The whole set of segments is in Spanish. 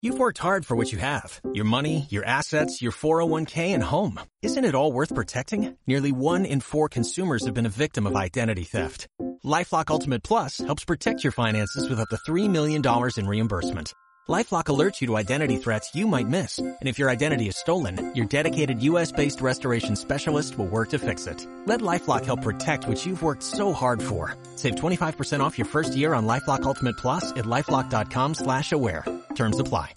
You've worked hard for what you have. Your money, your assets, your 401k, and home. Isn't it all worth protecting? Nearly 1 in 4 consumers have been a victim of identity theft. LifeLock Ultimate Plus helps protect your finances with up to $3 million in reimbursement. LifeLock alerts you to identity threats you might miss. And if your identity is stolen, your dedicated U.S.-based restoration specialist will work to fix it. Let LifeLock help protect what you've worked so hard for. Save 25% off your first year on LifeLock Ultimate Plus at LifeLock.com/aware. Terms apply.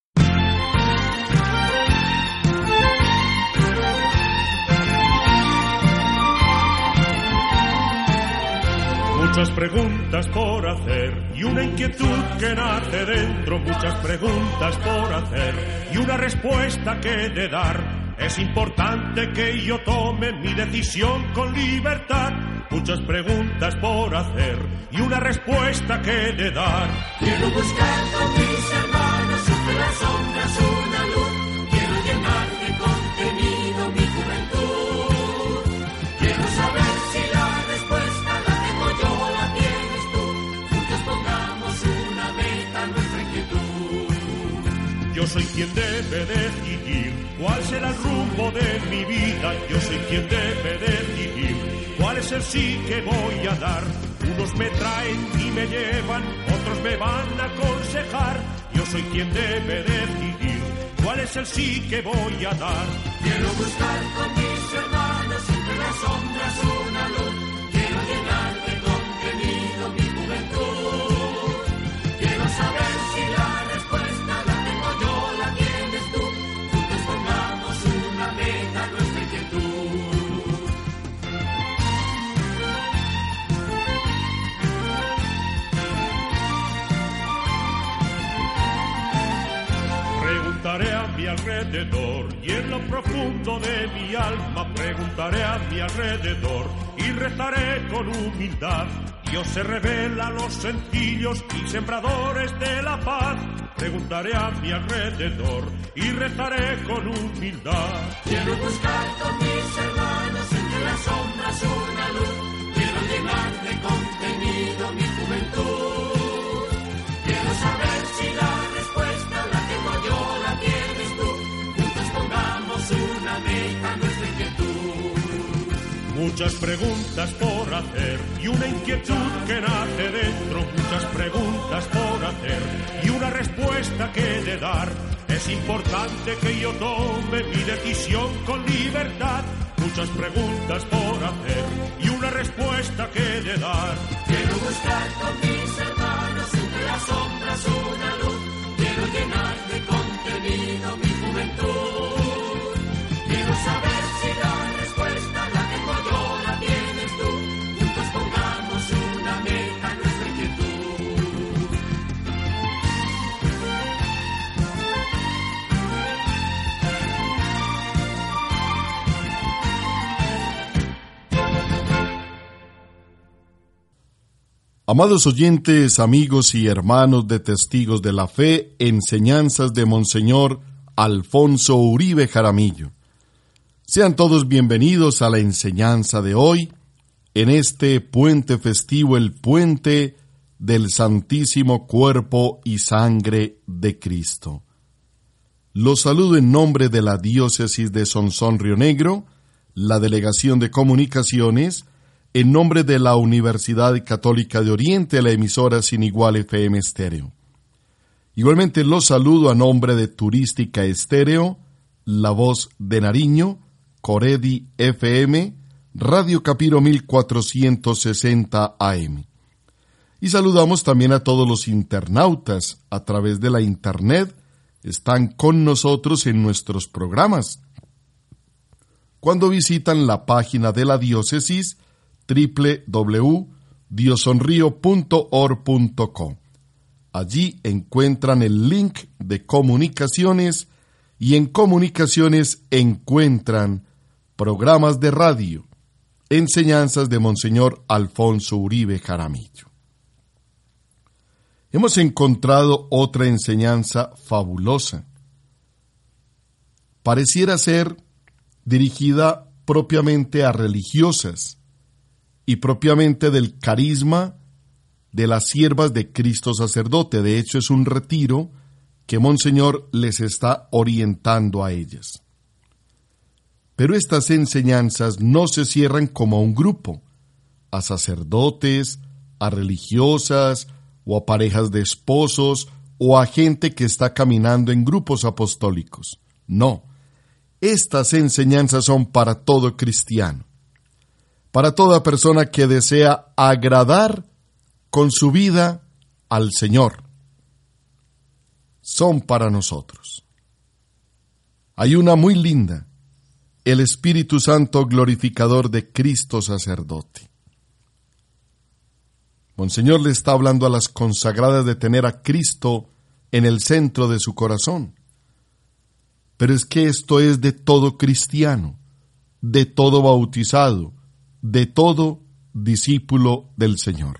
Muchas preguntas por hacer y una inquietud que nace dentro. Muchas preguntas por hacer y una respuesta que he de dar. Es importante que yo tome mi decisión con libertad. Muchas preguntas por hacer y una respuesta que he de dar. Quiero buscar con mis hermanos entre las sombras una luz. Quiero llenar de contenido mi juventud. Quiero saber si la respuesta la tengo yo, la tienes tú. Juntos pongamos una meta a nuestra inquietud. Yo soy quien debe decidir cuál será el rumbo de mi vida. Yo soy quien debe decidir cuál es el sí que voy a dar. Unos me traen y me llevan, otros me van a aconsejar. Yo soy quien debe decidir cuál es el sí que voy a dar. Quiero buscar con mis hermanos entre las sombras una luz. Quiero llenar de contenido mi juventud. Quiero saber si la respuesta la tengo yo, la tienes tú. Juntos pongamos una meta a nuestra inquietud. Preguntaré a mi alrededor y en lo profundo de mi alma preguntaré a mi alrededor y rezaré con humildad. Dios se revela a los sencillos y sembradores de la paz. Preguntaré a mi alrededor y rezaré con humildad. Quiero buscar con mis hermanos entre las sombras una luz. Quiero llenar de contenido mi juventud. Quiero saber si la respuesta la tengo yo, la tienes tú. Juntos pongamos una meta a nuestra inquietud. Muchas preguntas por hacer y una inquietud que nace dentro. Muchas preguntas por hacer y una respuesta que he de dar. Es importante que yo tome mi decisión con libertad. Muchas preguntas por hacer y una respuesta que he de dar. Quiero buscar con mis hermanos entre las sombras una luz. Quiero llenar de contenido mi juventud. Quiero saber si la respuesta la tengo yo, la tienes tú. Juntos pongamos una meta a nuestra inquietud. Amados oyentes, amigos y hermanos de Testigos de la Fe, enseñanzas de Monseñor Alfonso Uribe Jaramillo. Sean todos bienvenidos a la enseñanza de hoy, en este puente festivo, el puente del Santísimo Cuerpo y Sangre de Cristo. Los saludo en nombre de la Diócesis de Sonsón Río Negro, la Delegación de Comunicaciones, en nombre de la Universidad Católica de Oriente, la emisora Sin Igual FM Estéreo. Igualmente los saludo a nombre de Turística Estéreo, La Voz de Nariño, Coredi FM, Radio Capiro 1460 AM. Y saludamos también a todos los internautas a través de la internet. Están con nosotros en nuestros programas. Cuando visitan la página de la diócesis, www.diosonrio.org.co. Allí encuentran el link de comunicaciones y en comunicaciones encuentran programas de radio, enseñanzas de Monseñor Alfonso Uribe Jaramillo. Hemos encontrado otra enseñanza fabulosa. Pareciera ser dirigida propiamente a religiosas y propiamente del carisma de las siervas de Cristo sacerdote. De hecho, es un retiro que Monseñor les está orientando a ellas. Pero estas enseñanzas no se cierran como a un grupo, a sacerdotes, a religiosas o a parejas de esposos o a gente que está caminando en grupos apostólicos. No, estas enseñanzas son para todo cristiano, para toda persona que desea agradar con su vida al Señor. Son para nosotros. Hay una muy linda, el Espíritu Santo glorificador de Cristo sacerdote. Monseñor le está hablando a las consagradas de tener a Cristo en el centro de su corazón. Pero es que esto es de todo cristiano, de todo bautizado, de todo discípulo del Señor.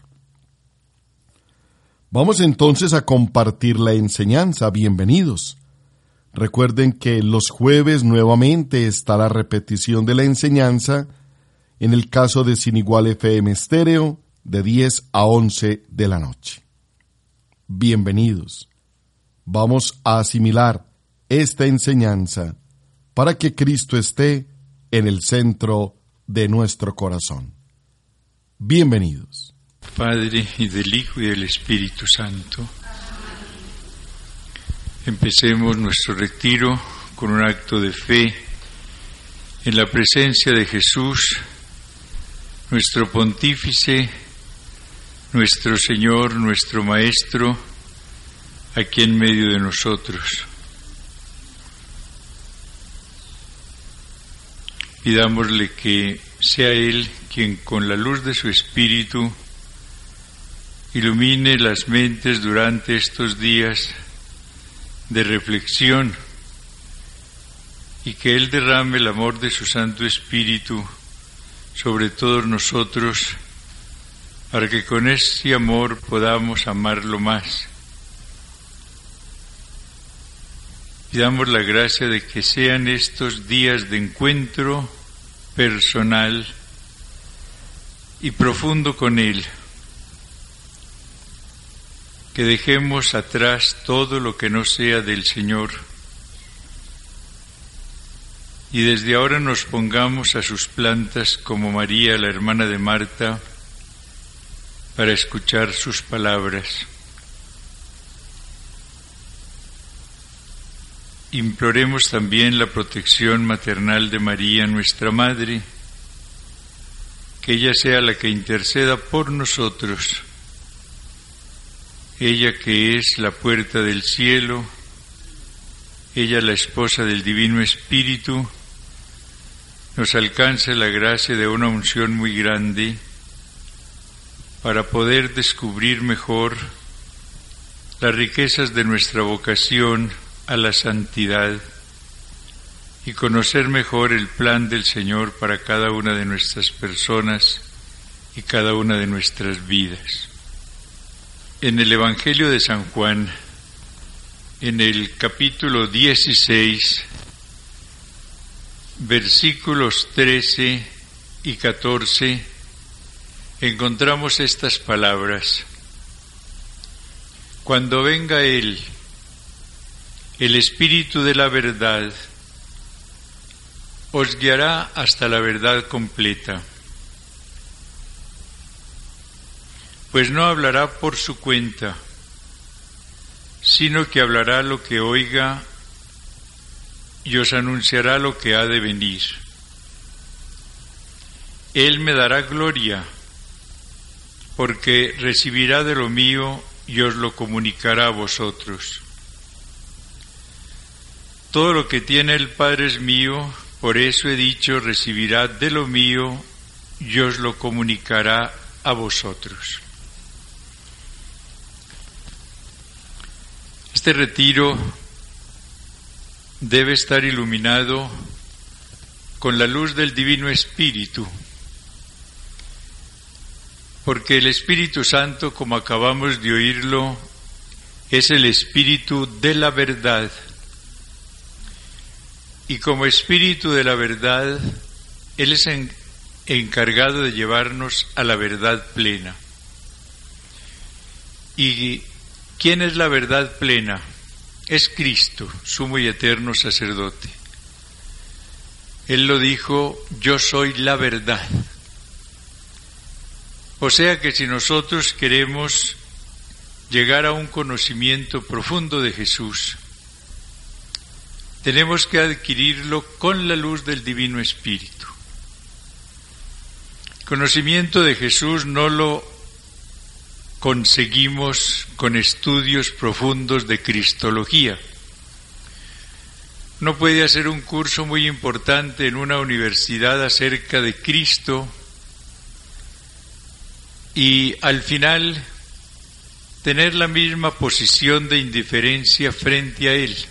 Vamos entonces a compartir la enseñanza. Bienvenidos. Recuerden que los jueves nuevamente está la repetición de la enseñanza, en el caso de Sin Igual FM Estéreo, de 10 a 11 de la noche. Bienvenidos. Vamos a asimilar esta enseñanza para que Cristo esté en el centro de nuestro corazón. Bienvenidos. Padre, y del Hijo y del Espíritu Santo. Empecemos nuestro retiro con un acto de fe en la presencia de Jesús, nuestro Pontífice, nuestro Señor, nuestro Maestro, aquí en medio de nosotros. Pidámosle que sea Él quien con la luz de su Espíritu ilumine las mentes durante estos días de reflexión y que Él derrame el amor de su Santo Espíritu sobre todos nosotros para que con ese amor podamos amarlo más. Pidamos la gracia de que sean estos días de encuentro personal y profundo con Él, que dejemos atrás todo lo que no sea del Señor y desde ahora nos pongamos a sus plantas como María, la hermana de Marta, para escuchar sus palabras. Imploremos también la protección maternal de María, nuestra Madre, que ella sea la que interceda por nosotros, ella que es la puerta del cielo, ella la esposa del Divino Espíritu, nos alcance la gracia de una unción muy grande para poder descubrir mejor las riquezas de nuestra vocación a la santidad y conocer mejor el plan del Señor para cada una de nuestras personas y cada una de nuestras vidas. En el Evangelio de San Juan, en el capítulo 16, versículos 13 y 14, encontramos estas palabras: Cuando venga Él, el Espíritu de la verdad, os guiará hasta la verdad completa, pues no hablará por su cuenta, sino que hablará lo que oiga y os anunciará lo que ha de venir. Él me dará gloria, porque recibirá de lo mío y os lo comunicará a vosotros. Todo lo que tiene el Padre es mío, por eso he dicho, recibirá de lo mío y os lo comunicará a vosotros. Este retiro debe estar iluminado con la luz del Divino Espíritu, porque el Espíritu Santo, como acabamos de oírlo, es el Espíritu de la verdad. Y como Espíritu de la verdad, Él es encargado de llevarnos a la verdad plena. ¿Y quién es la verdad plena? es Cristo, sumo y eterno sacerdote. Él lo dijo: yo soy la verdad. O sea que si nosotros queremos llegar a un conocimiento profundo de Jesús, tenemos que adquirirlo con la luz del Divino Espíritu. El conocimiento de Jesús no lo conseguimos con estudios profundos de cristología. Uno puede hacer un curso muy importante en una universidad acerca de Cristo y al final tener la misma posición de indiferencia frente a Él.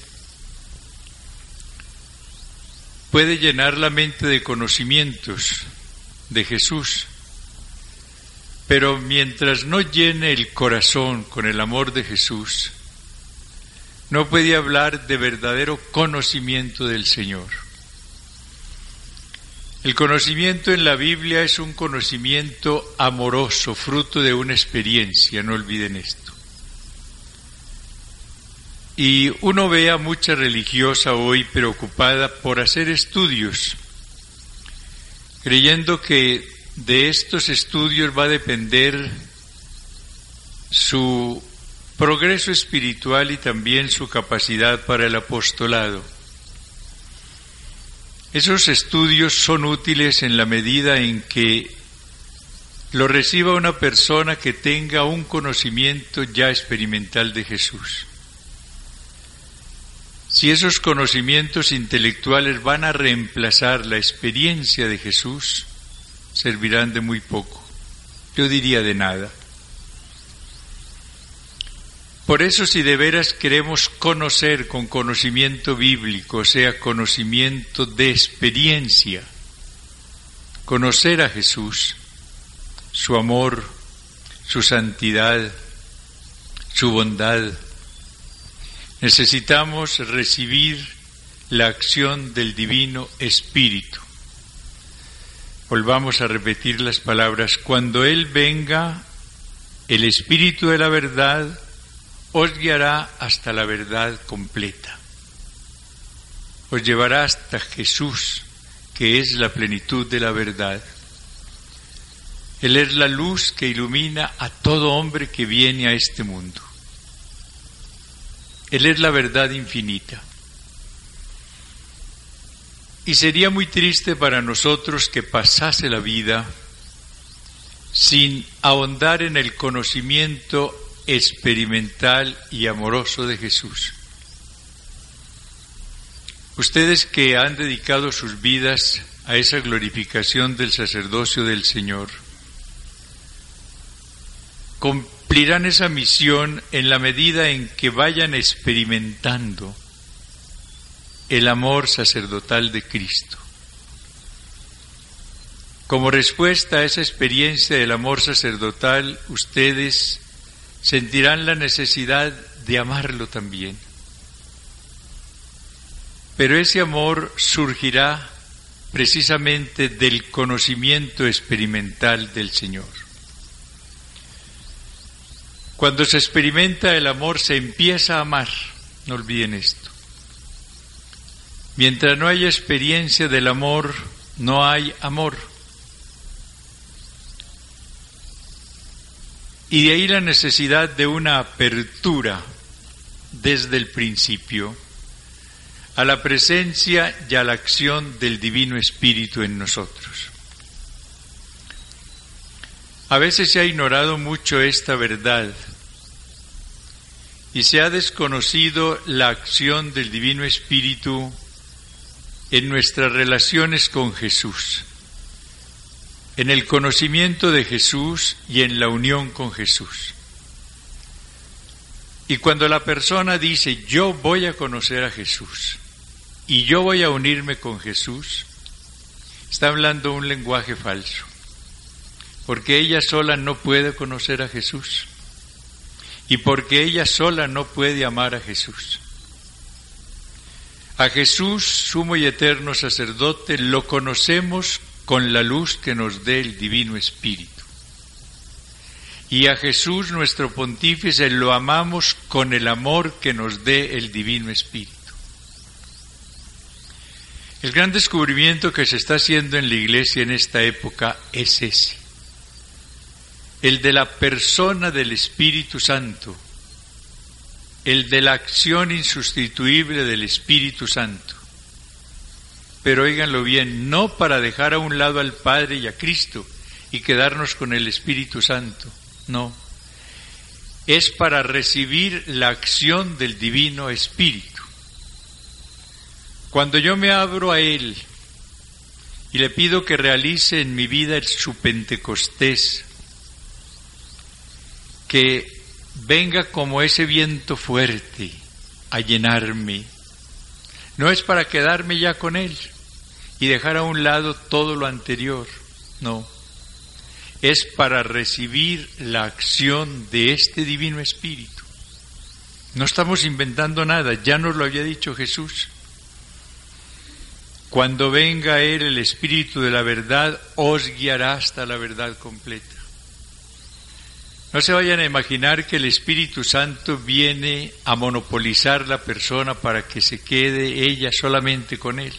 Puede llenar la mente de conocimientos de Jesús, pero mientras no llene el corazón con el amor de Jesús, no puede hablar de verdadero conocimiento del Señor. El conocimiento en la Biblia es un conocimiento amoroso, fruto de una experiencia, no olviden esto. Y uno ve a mucha religiosa hoy preocupada por hacer estudios, creyendo que de estos estudios va a depender su progreso espiritual y también su capacidad para el apostolado. Esos estudios son útiles en la medida en que lo reciba una persona que tenga un conocimiento ya experimental de Jesús. Si esos conocimientos intelectuales van a reemplazar la experiencia de Jesús, servirán de muy poco, yo diría de nada. Por eso, si de veras queremos conocer con conocimiento bíblico, o sea, conocimiento de experiencia, conocer a Jesús, su amor, su santidad, su bondad, necesitamos recibir la acción del Divino Espíritu. Volvamos a repetir las palabras: cuando Él venga, el Espíritu de la verdad os guiará hasta la verdad completa. Os llevará hasta Jesús, que es la plenitud de la verdad. Él es la luz que ilumina a todo hombre que viene a este mundo. Él es la verdad infinita. Y sería muy triste para nosotros que pasase la vida sin ahondar en el conocimiento experimental y amoroso de Jesús. Ustedes que han dedicado sus vidas a esa glorificación del sacerdocio del Señor, cumplirán esa misión en la medida en que vayan experimentando el amor sacerdotal de Cristo. Como respuesta a esa experiencia del amor sacerdotal, ustedes sentirán la necesidad de amarlo también. Pero ese amor surgirá precisamente del conocimiento experimental del Señor. Cuando se experimenta el amor, se empieza a amar. No olviden esto. Mientras no haya experiencia del amor, no hay amor. Y de ahí la necesidad de una apertura desde el principio a la presencia y a la acción del Divino Espíritu en nosotros. A veces se ha ignorado mucho esta verdad y se ha desconocido la acción del Divino Espíritu en nuestras relaciones con Jesús, en el conocimiento de Jesús y en la unión con Jesús. Y cuando la persona dice: yo voy a conocer a Jesús y yo voy a unirme con Jesús, está hablando un lenguaje falso, porque ella sola no puede conocer a Jesús y porque ella sola no puede amar a Jesús. A Jesús, sumo y eterno sacerdote, lo conocemos con la luz que nos dé el Divino Espíritu. y a Jesús nuestro Pontífice lo amamos con el amor que nos dé el Divino Espíritu. El gran descubrimiento que se está haciendo en la Iglesia en esta época es ese, el de la persona del Espíritu Santo, el de la acción insustituible del Espíritu Santo. Pero óiganlo bien, no para dejar a un lado al Padre y a Cristo y quedarnos con el Espíritu Santo, no. Es para recibir la acción del Divino Espíritu. Cuando yo me abro a Él y le pido que realice en mi vida su Pentecostés, que venga como ese viento fuerte a llenarme, no es para quedarme ya con Él y dejar a un lado todo lo anterior, no. Es para recibir la acción de este Divino Espíritu. No estamos inventando nada, ya nos lo había dicho Jesús. Cuando venga Él, el Espíritu de la verdad, os guiará hasta la verdad completa. No se vayan a imaginar que el Espíritu Santo viene a monopolizar la persona para que se quede ella solamente con Él.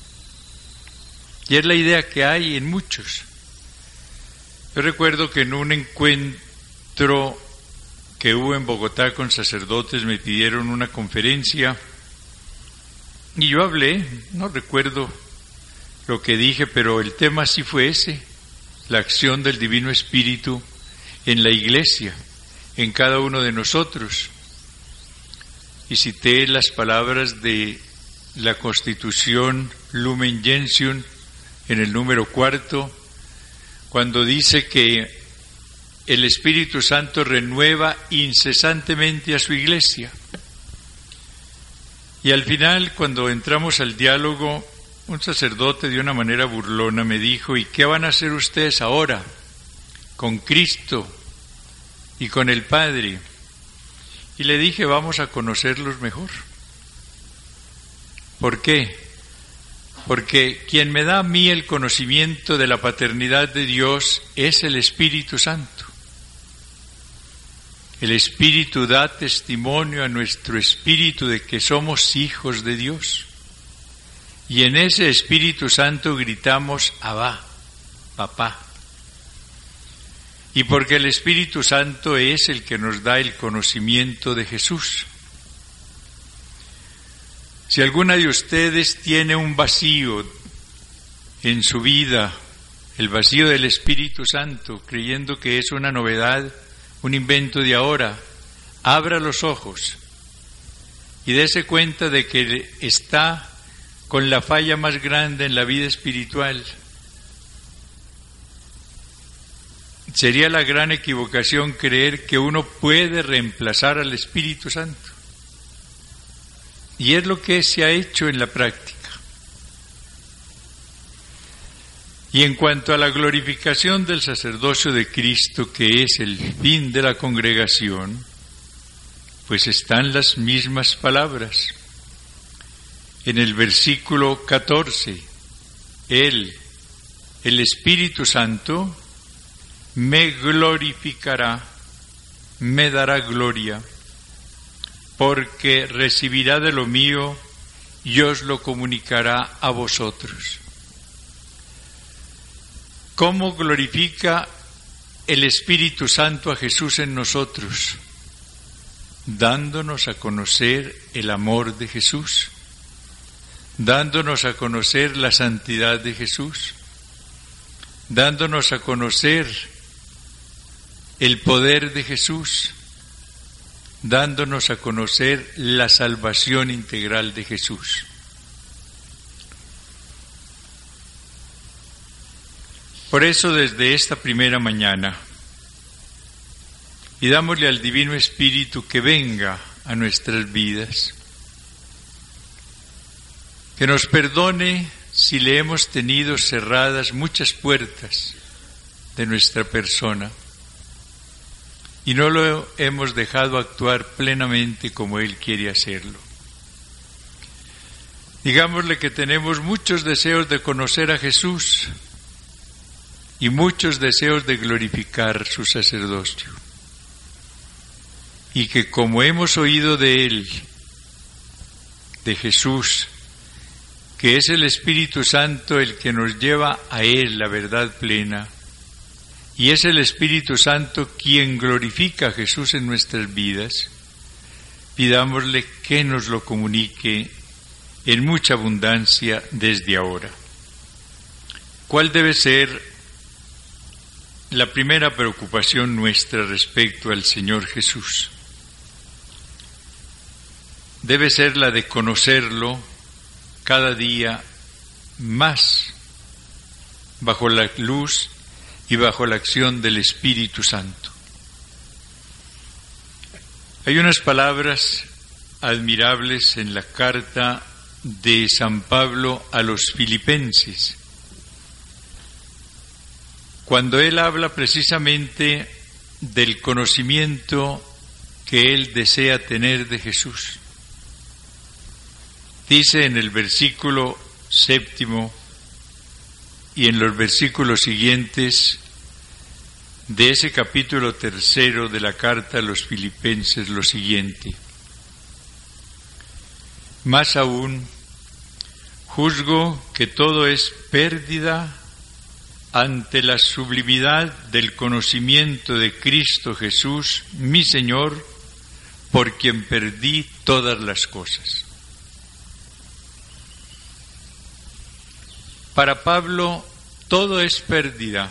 Y es la idea que hay en muchos. Yo recuerdo que en un encuentro que hubo en Bogotá con sacerdotes me pidieron una conferencia y yo hablé, no recuerdo lo que dije, pero el tema sí fue ese, la acción del Divino Espíritu en la Iglesia, en cada uno de nosotros. Y cité las palabras de la Constitución Lumen Gentium en el número 4, cuando dice que el Espíritu Santo renueva incesantemente a su Iglesia. Y al final, cuando entramos al diálogo, un sacerdote de una manera burlona me dijo, ¿y qué van a hacer ustedes ahora con Cristo y con el Padre? Y le dije, vamos a conocerlos mejor. ¿Por qué? Porque quien me da a mí el conocimiento de la paternidad de Dios es el Espíritu Santo. El Espíritu da testimonio a nuestro espíritu de que somos hijos de Dios. Y en ese Espíritu Santo gritamos, Abba, Papá. Y porque el Espíritu Santo es el que nos da el conocimiento de Jesús. Si alguna de ustedes tiene un vacío en su vida, el vacío del Espíritu Santo, creyendo que es una novedad, un invento de ahora, abra los ojos y dése cuenta de que está con la falla más grande en la vida espiritual. Sería la gran equivocación creer que uno puede reemplazar al Espíritu Santo. Y es lo que se ha hecho en la práctica. Y en cuanto a la glorificación del sacerdocio de Cristo, que es el fin de la congregación, pues están las mismas palabras. En el versículo 14, Él, el Espíritu Santo, me glorificará, me dará gloria, porque recibirá de lo mío y os lo comunicará a vosotros. ¿Cómo glorifica el Espíritu Santo a Jesús en nosotros? Dándonos a conocer el amor de Jesús, dándonos a conocer la santidad de Jesús, dándonos a conocer el poder de Jesús, dándonos a conocer la salvación integral de Jesús. Por eso, desde esta primera mañana, pidámosle al Divino Espíritu que venga a nuestras vidas, que nos perdone si le hemos tenido cerradas muchas puertas de nuestra persona y no lo hemos dejado actuar plenamente como Él quiere hacerlo. Digámosle que tenemos muchos deseos de conocer a Jesús y muchos deseos de glorificar su sacerdocio. y que como hemos oído de Él, de Jesús, que es el Espíritu Santo el que nos lleva a Él la verdad plena, y es el Espíritu Santo quien glorifica a Jesús en nuestras vidas, pidámosle que nos lo comunique en mucha abundancia desde ahora. ¿Cuál debe ser la primera preocupación nuestra respecto al Señor Jesús? Debe ser la de conocerlo cada día más bajo la luz y bajo la acción del Espíritu Santo. Hay unas palabras admirables en la carta de San Pablo a los Filipenses, cuando él habla precisamente del conocimiento que él desea tener de Jesús. Dice en el versículo 7 y en los versículos siguientes de ese capítulo 3 de la carta a los Filipenses lo siguiente: más aún, juzgo que todo es pérdida ante la sublimidad del conocimiento de Cristo Jesús, mi Señor, por quien perdí todas las cosas. Para Pablo, todo es pérdida,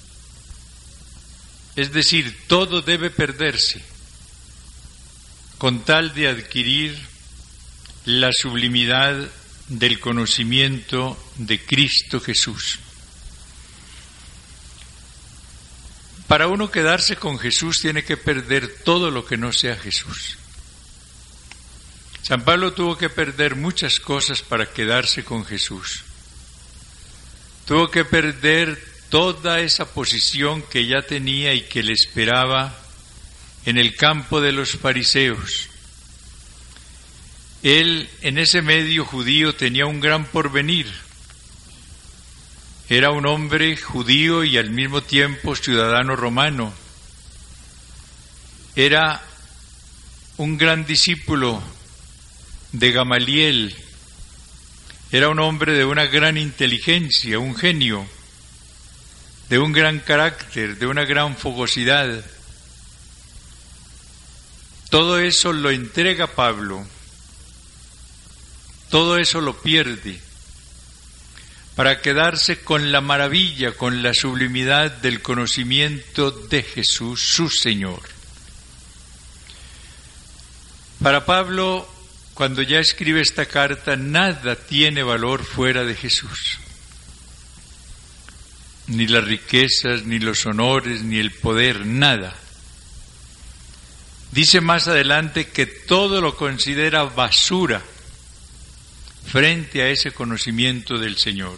es decir, todo debe perderse, con tal de adquirir la sublimidad del conocimiento de Cristo Jesús. Para uno quedarse con Jesús tiene que perder todo lo que no sea Jesús. San Pablo tuvo que perder muchas cosas para quedarse con Jesús. Tuvo que perder toda esa posición que ya tenía y que le esperaba en el campo de los fariseos. Él, en ese medio judío, tenía un gran porvenir. Era un hombre judío y al mismo tiempo ciudadano romano. Era un gran discípulo de Gamaliel. Era un hombre de una gran inteligencia, un genio, de un gran carácter, de una gran fogosidad. Todo eso lo entrega Pablo, todo eso lo pierde, para quedarse con la maravilla, con la sublimidad del conocimiento de Jesús, su Señor. Para Pablo, cuando ya escribe esta carta, nada tiene valor fuera de Jesús. Ni las riquezas, ni los honores, ni el poder, nada. Dice más adelante que todo lo considera basura frente a ese conocimiento del Señor.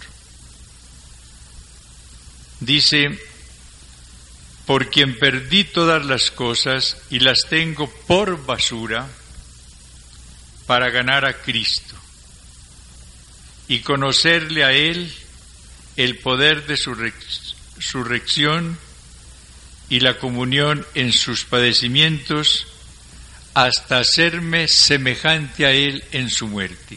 Dice: por quien perdí todas las cosas y las tengo por basura para ganar a Cristo y conocerle a Él, el poder de su resurrección y la comunión en sus padecimientos, hasta hacerme semejante a Él en su muerte.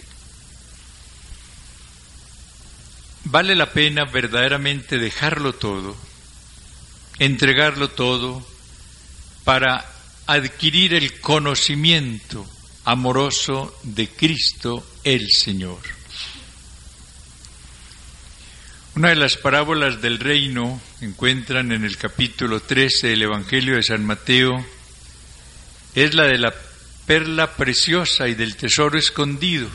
Vale la pena verdaderamente dejarlo todo, entregarlo todo, para adquirir el conocimiento amoroso de Cristo el Señor. Una de las parábolas del reino encuentran en el capítulo 13 del Evangelio de San Mateo, es la de la perla preciosa y del tesoro escondido.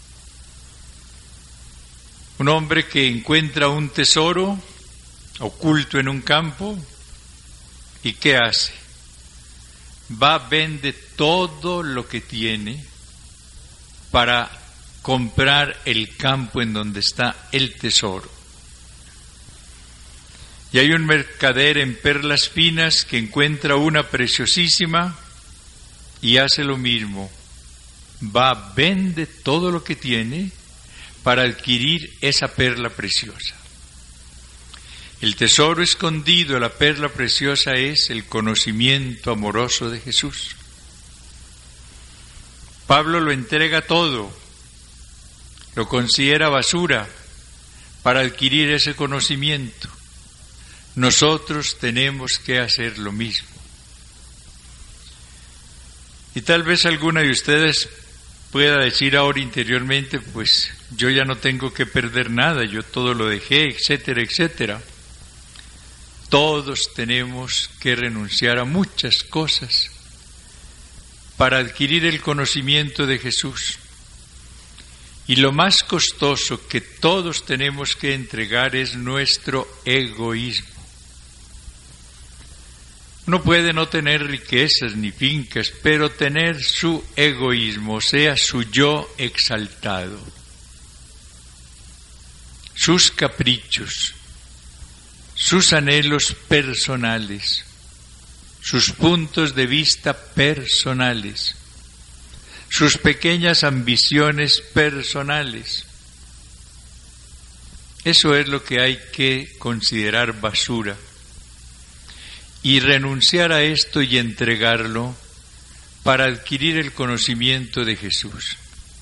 Un hombre que encuentra un tesoro oculto en un campo, ¿y qué hace? Va, vende todo lo que tiene para comprar el campo en donde está el tesoro. Y hay un mercader en perlas finas que encuentra una preciosísima y hace lo mismo. Va, vende todo lo que tiene para adquirir esa perla preciosa. El tesoro escondido, la perla preciosa, es el conocimiento amoroso de Jesús. Pablo lo entrega todo, lo considera basura para adquirir ese conocimiento. Nosotros tenemos que hacer lo mismo. Y tal vez alguna de ustedes pueda decir ahora interiormente, pues yo ya no tengo que perder nada, yo todo lo dejé, etcétera, etcétera. Todos tenemos que renunciar a muchas cosas para adquirir el conocimiento de Jesús. Y lo más costoso que todos tenemos que entregar es nuestro egoísmo. Uno puede no tener riquezas ni fincas, pero tener su egoísmo, o sea, su yo exaltado, sus caprichos, sus anhelos personales, sus puntos de vista personales, sus pequeñas ambiciones personales. Eso es lo que hay que considerar basura. Y renunciar a esto y entregarlo para adquirir el conocimiento de Jesús.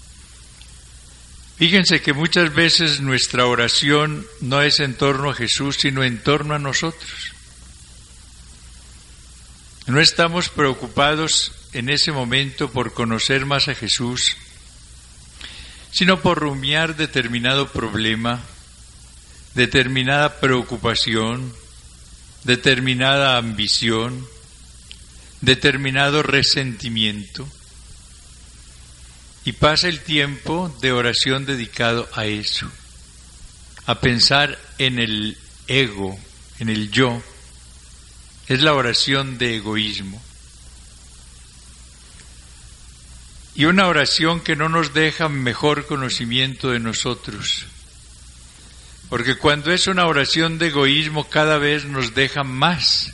Fíjense que muchas veces nuestra oración no es en torno a Jesús, sino en torno a nosotros. No estamos preocupados en ese momento por conocer más a Jesús, sino por rumiar determinado problema, determinada preocupación, determinada ambición, determinado resentimiento, y pasa el tiempo de oración dedicado a eso, a pensar en el ego, en el yo. Es la oración de egoísmo. Y una oración que no nos deja mejor conocimiento de nosotros. Porque cuando es una oración de egoísmo, cada vez nos deja más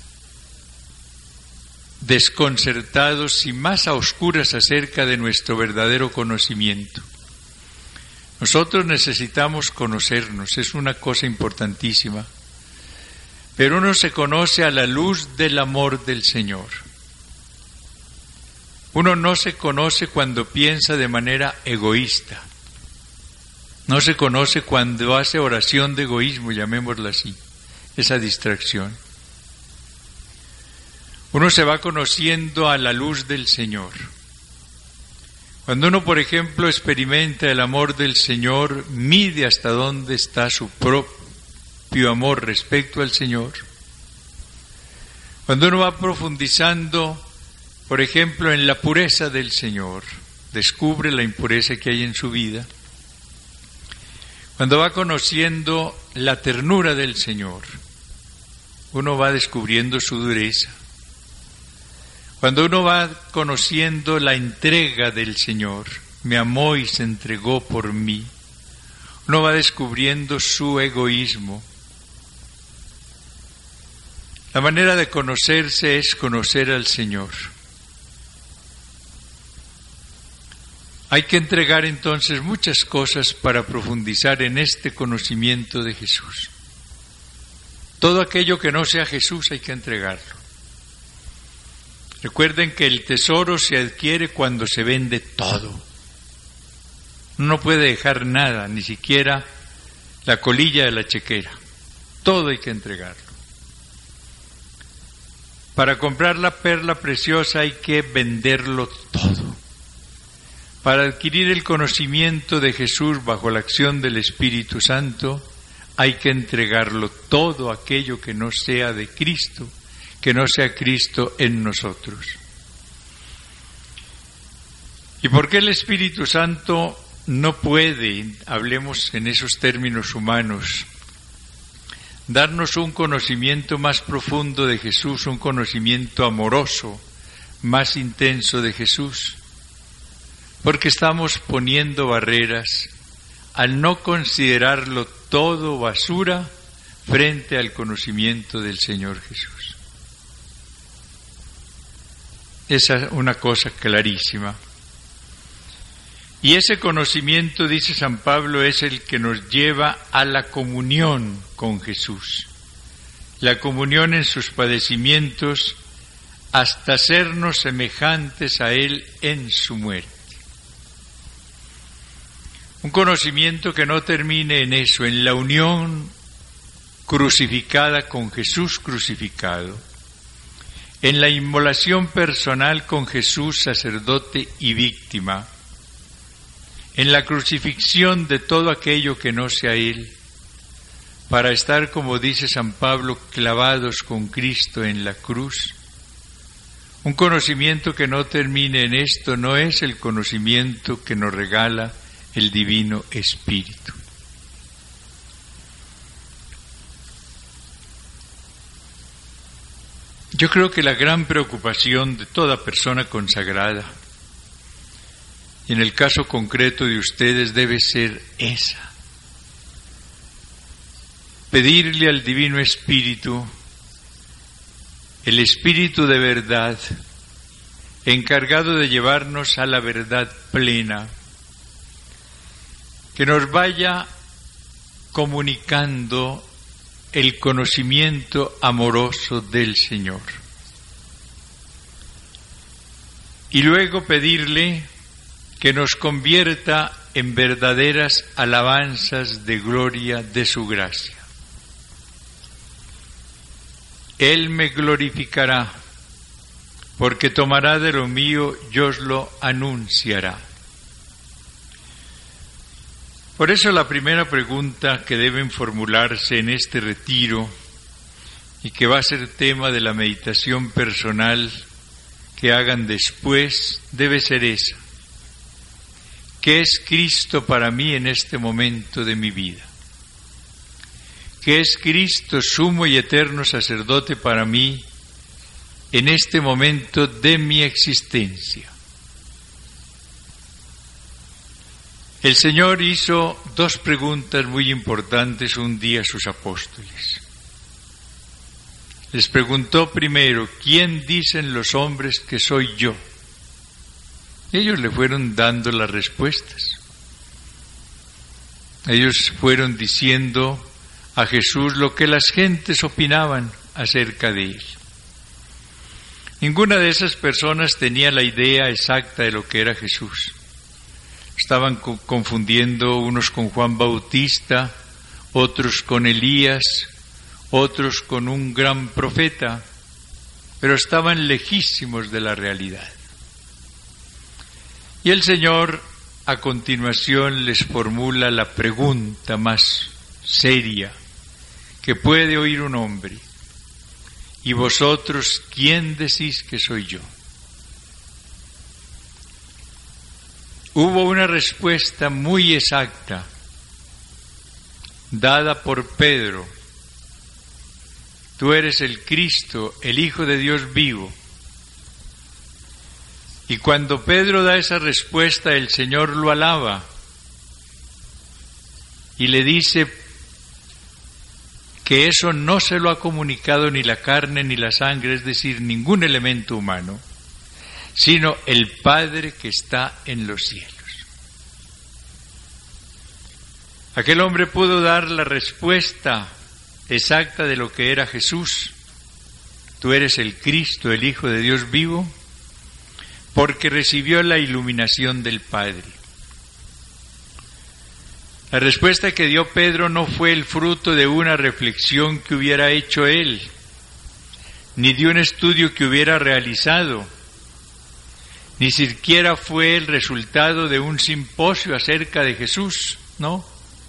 desconcertados y más a oscuras acerca de nuestro verdadero conocimiento. Nosotros necesitamos conocernos, es una cosa importantísima. Pero uno se conoce a la luz del amor del Señor. Uno no se conoce cuando piensa de manera egoísta. No se conoce cuando hace oración de egoísmo, llamémosla así, esa distracción. Uno se va conociendo a la luz del Señor. Cuando uno, por ejemplo, experimenta el amor del Señor, mide hasta dónde está su propio amor respecto al Señor. Cuando uno va profundizando, por ejemplo, en la pureza del Señor, descubre la impureza que hay en su vida. Cuando va conociendo la ternura del Señor, uno va descubriendo su dureza. Cuando uno va conociendo la entrega del Señor, me amó y se entregó por mí, uno va descubriendo su egoísmo. La manera de conocerse es conocer al Señor. Hay que entregar entonces muchas cosas para profundizar en este conocimiento de Jesús. Todo aquello que no sea Jesús hay que entregarlo. Recuerden que el tesoro se adquiere cuando se vende todo. Uno no puede dejar nada, ni siquiera la colilla de la chequera. Todo hay que entregarlo. Para comprar la perla preciosa hay que venderlo todo. Para adquirir el conocimiento de Jesús bajo la acción del Espíritu Santo, hay que entregarlo todo aquello que no sea de Cristo, que no sea Cristo en nosotros. ¿Y por qué el Espíritu Santo no puede, hablemos en esos términos humanos, darnos un conocimiento más profundo de Jesús, un conocimiento amoroso, más intenso de Jesús? Porque estamos poniendo barreras al no considerarlo todo basura frente al conocimiento del Señor Jesús. Esa es una cosa clarísima. Y ese conocimiento, dice San Pablo, es el que nos lleva a la comunión con Jesús. La comunión en sus padecimientos hasta hacernos semejantes a Él en su muerte. Un conocimiento que no termine en eso, en la unión crucificada con Jesús crucificado, en la inmolación personal con Jesús sacerdote y víctima, en la crucifixión de todo aquello que no sea Él, para estar, como dice San Pablo, clavados con Cristo en la cruz. Un conocimiento que no termine en esto no es el conocimiento que nos regala el Divino Espíritu. Yo creo que la gran preocupación de toda persona consagrada, y en el caso concreto de ustedes, debe ser esa: pedirle al Divino Espíritu, el Espíritu de verdad, encargado de llevarnos a la verdad plena, que nos vaya comunicando el conocimiento amoroso del Señor. Y luego pedirle que nos convierta en verdaderas alabanzas de gloria de su gracia. Él me glorificará, porque tomará de lo mío y os lo anunciará. Por eso la primera pregunta que deben formularse en este retiro, y que va a ser tema de la meditación personal que hagan después, debe ser esa: ¿qué es Cristo para mí en este momento de mi vida? ¿Qué es Cristo, sumo y eterno sacerdote para mí en este momento de mi existencia? El Señor hizo dos preguntas muy importantes un día a sus apóstoles. Les preguntó primero: ¿quién dicen los hombres que soy yo? Ellos le fueron dando las respuestas. Ellos fueron diciendo a Jesús lo que las gentes opinaban acerca de Él. Ninguna de esas personas tenía la idea exacta de lo que era Jesús. Estaban confundiendo unos con Juan Bautista, otros con Elías, otros con un gran profeta, pero estaban lejísimos de la realidad. Y el Señor a continuación les formula la pregunta más seria que puede oír un hombre: ¿y vosotros quién decís que soy yo? Hubo una respuesta muy exacta dada por Pedro: tú eres el Cristo, el Hijo de Dios vivo. Y cuando Pedro da esa respuesta, el Señor lo alaba y le dice que eso no se lo ha comunicado ni la carne ni la sangre, es decir, ningún elemento humano, sino el Padre que está en los cielos. Aquel hombre pudo dar la respuesta exacta de lo que era Jesús: tú eres el Cristo, el Hijo de Dios vivo, porque recibió la iluminación del Padre. La respuesta que dio Pedro no fue el fruto de una reflexión que hubiera hecho él, ni de un estudio que hubiera realizado, ni siquiera fue el resultado de un simposio acerca de Jesús, no.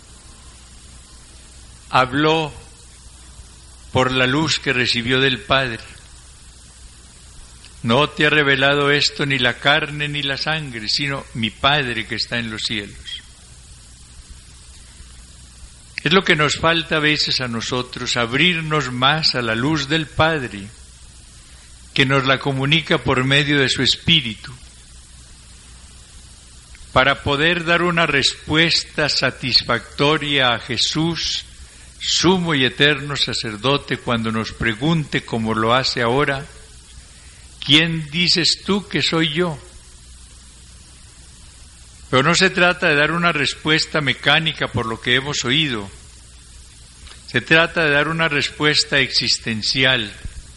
Habló por la luz que recibió del Padre. No te ha revelado esto ni la carne ni la sangre, sino mi Padre que está en los cielos. Es lo que nos falta a veces a nosotros, abrirnos más a la luz del Padre, que nos la comunica por medio de su Espíritu, para poder dar una respuesta satisfactoria a Jesús, sumo y eterno sacerdote, cuando nos pregunte, como lo hace ahora: ¿quién dices tú que soy yo? Pero no se trata de dar una respuesta mecánica por lo que hemos oído. Se trata de dar una respuesta existencial,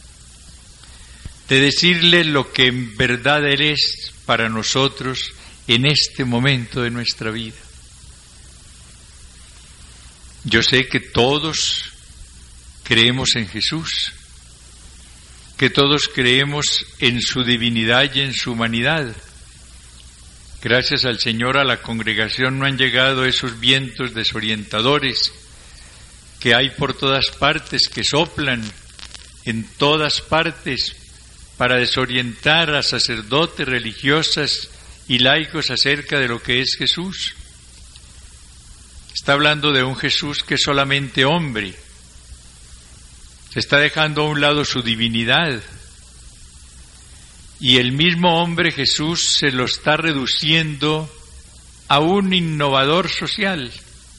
de decirle lo que en verdad Él es para nosotros en este momento de nuestra vida. Yo sé que todos creemos en Jesús, que todos creemos en su divinidad y en su humanidad. Gracias al Señor, a la congregación no han llegado esos vientos desorientadores que hay por todas partes, que soplan en todas partes para desorientar a sacerdotes, religiosas y laicos acerca de lo que es Jesús. Está hablando de un Jesús que es solamente hombre. Se está dejando a un lado su divinidad. Y el mismo hombre Jesús se lo está reduciendo a un innovador social.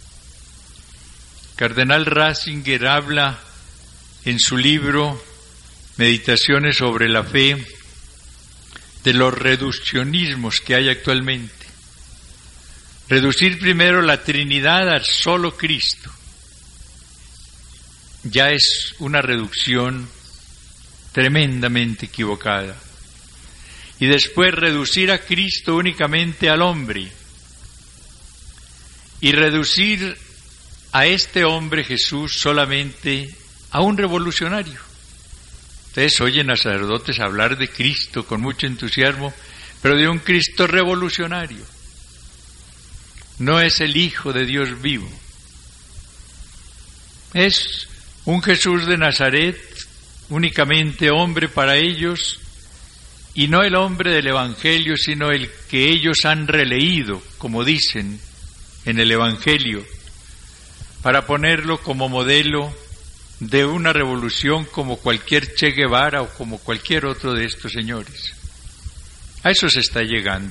Cardenal Ratzinger habla en su libro Meditaciones sobre la fe de los reduccionismos que hay actualmente. Reducir primero la Trinidad al solo Cristo ya es una reducción tremendamente equivocada. Y después reducir a Cristo únicamente al hombre y reducir a este hombre Jesús solamente a un revolucionario. Ustedes oyen a sacerdotes hablar de Cristo con mucho entusiasmo, pero de un Cristo revolucionario. No es el Hijo de Dios vivo. Es un Jesús de Nazaret, únicamente hombre para ellos, y no el hombre del Evangelio, sino el que ellos han releído, como dicen en el Evangelio, para ponerlo como modelo de una revolución como cualquier Che Guevara o como cualquier otro de estos señores. A eso se está llegando.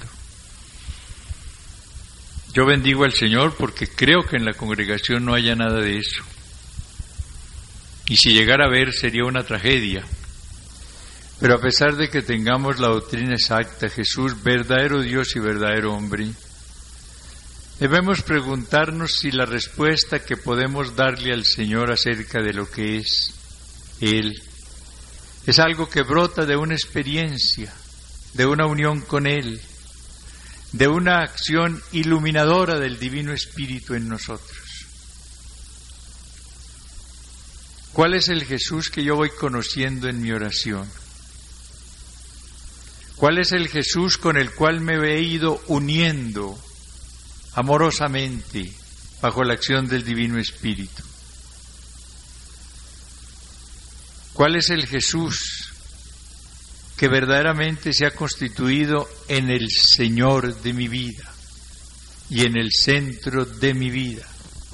Yo bendigo al Señor porque creo que en la congregación no haya nada de eso. Y si llegara a ver sería una tragedia. Pero a pesar de que tengamos la doctrina exacta, Jesús, verdadero Dios y verdadero hombre, debemos preguntarnos si la respuesta que podemos darle al Señor acerca de lo que es Él es algo que brota de una experiencia, de una unión con Él, de una acción iluminadora del Divino Espíritu en nosotros. ¿Cuál es el Jesús que yo voy conociendo en mi oración? ¿Cuál es el Jesús con el cual me he ido uniendo amorosamente bajo la acción del Divino Espíritu? ¿Cuál es el Jesús que verdaderamente se ha constituido en el Señor de mi vida y en el centro de mi vida?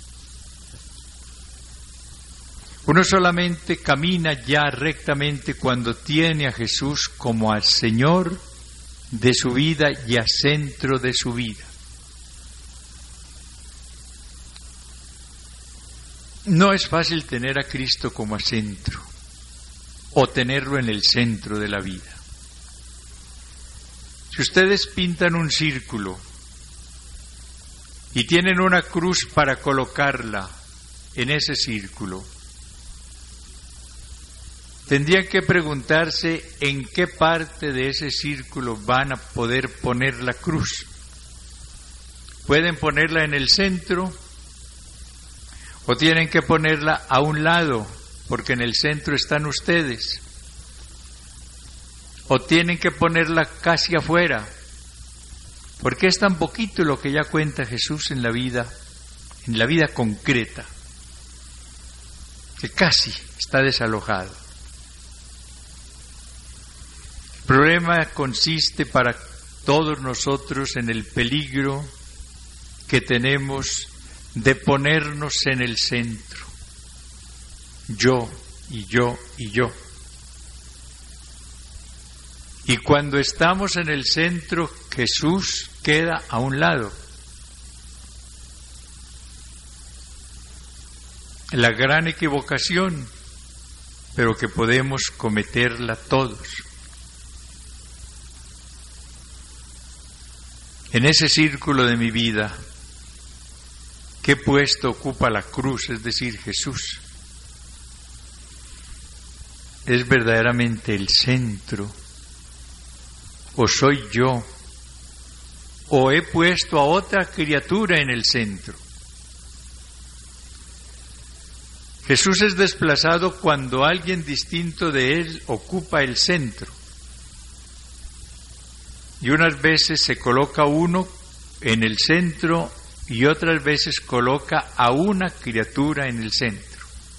Uno solamente camina ya rectamente cuando tiene a Jesús como al Señor de su vida y al centro de su vida. No es fácil tener a Cristo como centro o tenerlo en el centro de la vida. Si ustedes pintan un círculo y tienen una cruz para colocarla en ese círculo, tendrían que preguntarse en qué parte de ese círculo van a poder poner la cruz. ¿Pueden ponerla en el centro o tienen que ponerla a un lado, porque en el centro están ustedes? ¿O tienen que ponerla casi afuera, porque es tan poquito lo que ya cuenta Jesús en la vida concreta, que casi está desalojado? El problema consiste para todos nosotros en el peligro que tenemos de ponernos en el centro. Yo, y yo, y yo. Y cuando estamos en el centro, Jesús queda a un lado. La gran equivocación, pero que podemos cometerla todos. En ese círculo de mi vida, ¿qué puesto ocupa la cruz, es decir, Jesús? ¿Es verdaderamente el centro? ¿O soy yo? ¿O he puesto a otra criatura en el centro? Jesús es desplazado cuando alguien distinto de Él ocupa el centro. Y unas veces se coloca uno en el centro y otras veces coloca a una criatura en el centro.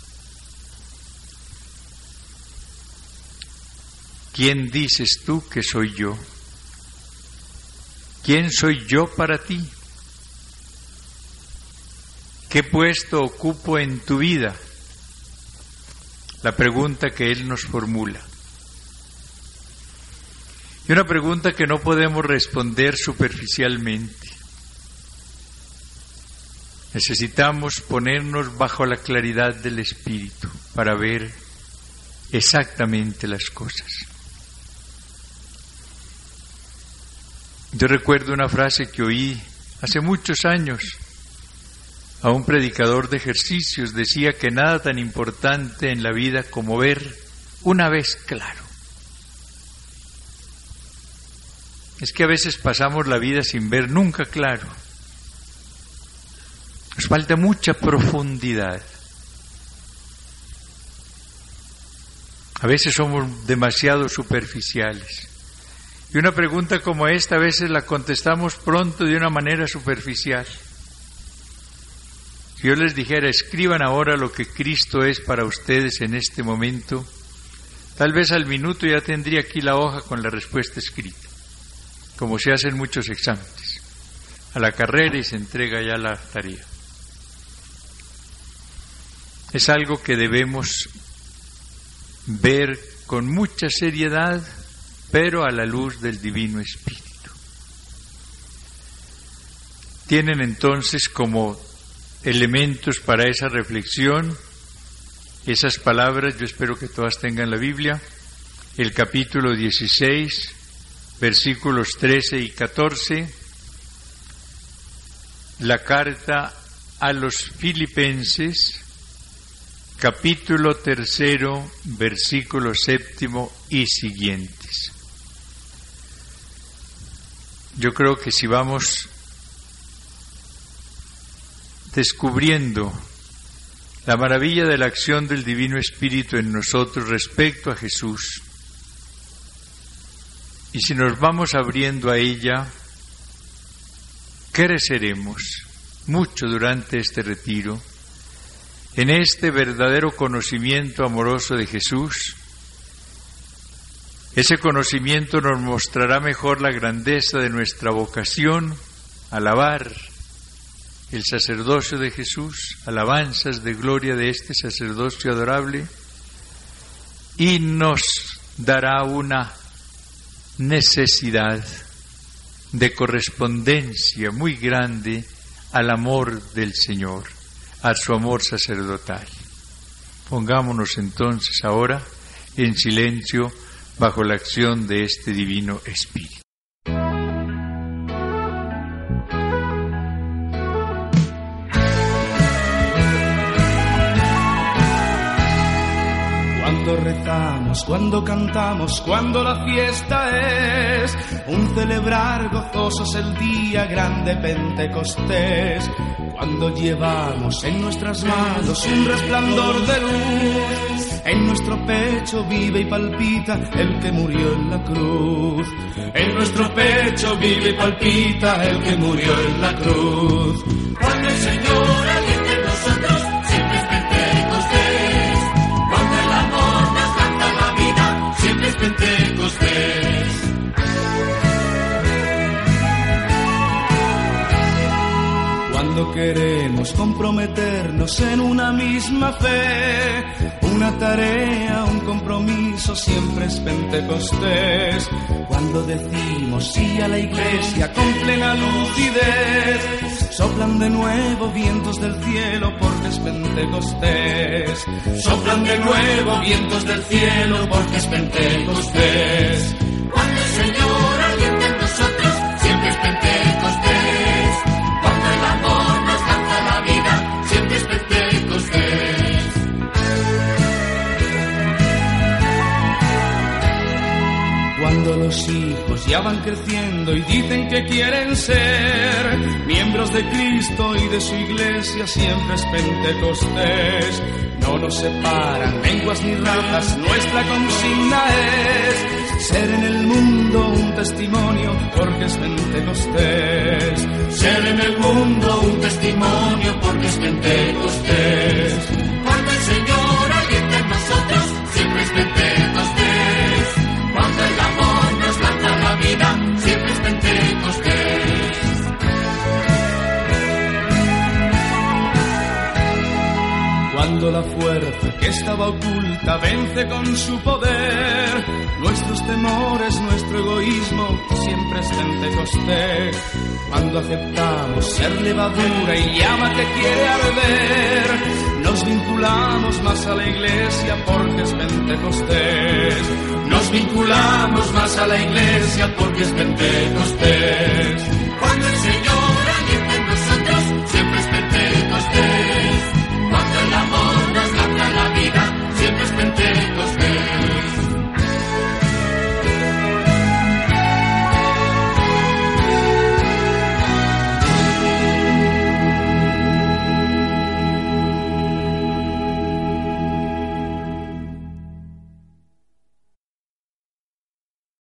¿Quién dices tú que soy yo? ¿Quién soy yo para ti? ¿Qué puesto ocupo en tu vida? La pregunta que Él nos formula. Y una pregunta que no podemos responder superficialmente. Necesitamos ponernos bajo la claridad del Espíritu para ver exactamente las cosas. Yo recuerdo una frase que oí hace muchos años a un predicador de ejercicios. Decía que nada tan importante en la vida como ver una vez claro. Es que a veces pasamos la vida sin ver nunca claro. Nos falta mucha profundidad. A veces somos demasiado superficiales. Y una pregunta como esta a veces la contestamos pronto de una manera superficial. Si yo les dijera, escriban ahora lo que Cristo es para ustedes en este momento, tal vez al minuto ya tendría aquí la hoja con la respuesta escrita, como se hacen muchos exámenes. A la carrera y se entrega ya la tarea. Es algo que debemos ver con mucha seriedad, pero a la luz del Divino Espíritu. Tienen entonces como elementos para esa reflexión esas palabras, yo espero que todas tengan la Biblia, el capítulo 16, versículos 13 y 14, la carta a los Filipenses, capítulo 3, versículo 7 y siguientes. Yo creo que si vamos descubriendo la maravilla de la acción del Divino Espíritu en nosotros respecto a Jesús, y si nos vamos abriendo a ella, creceremos mucho durante este retiro en este verdadero conocimiento amoroso de Jesús. Ese conocimiento nos mostrará mejor la grandeza de nuestra vocación, alabar el sacerdocio de Jesús, alabanzas de gloria de este sacerdocio adorable, y nos dará una necesidad de correspondencia muy grande al amor del Señor, a su amor sacerdotal. Pongámonos entonces ahora en silencio bajo la acción de este Divino Espíritu. Cuando rezamos, cuando cantamos, cuando la fiesta es un celebrar gozosos el día grande Pentecostés, cuando llevamos en nuestras manos un resplandor de luz, en nuestro pecho vive y palpita el que murió en la cruz, en nuestro pecho vive y palpita el que murió en la cruz. Cuando el Señor alienta en nosotros, siempre es Pentecostés. Cuando el amor nos canta la vida, siempre es Pentecostés. Cuando queremos comprometernos en una misma fe, una tarea, un compromiso, siempre es Pentecostés. Cuando decimos sí a la iglesia con plena lucidez, soplan de nuevo vientos del cielo porque es Pentecostés. Soplan de nuevo vientos del cielo porque es Pentecostés. Cuando el Señor alienta en nosotros, siempre es Pentecostés. Cuando el amor nos canta la vida, siempre es Pentecostés. Cuando los hijos ya van creciendo y dicen que quieren ser miembros de Cristo y de su iglesia, siempre es Pentecostés. No nos separan lenguas ni razas, nuestra consigna es ser en el mundo un testimonio, porque es Pentecostés. Ser en el mundo un testimonio, porque es Pentecostés. Cuando el Señor alienta en nosotros, siempre es Pentecostés. Cuando el amor nos lanza la vida, siempre es Pentecostés. Cuando la fuerza que estaba oculta vence con su poder, nuestros temores, nuestro egoísmo, siempre es Pentecostés. Cuando aceptamos ser levadura y llama que quiere arder, nos vinculamos más a la iglesia porque es Pentecostés. Nos vinculamos más a la iglesia porque es Pentecostés. Cuando el Señor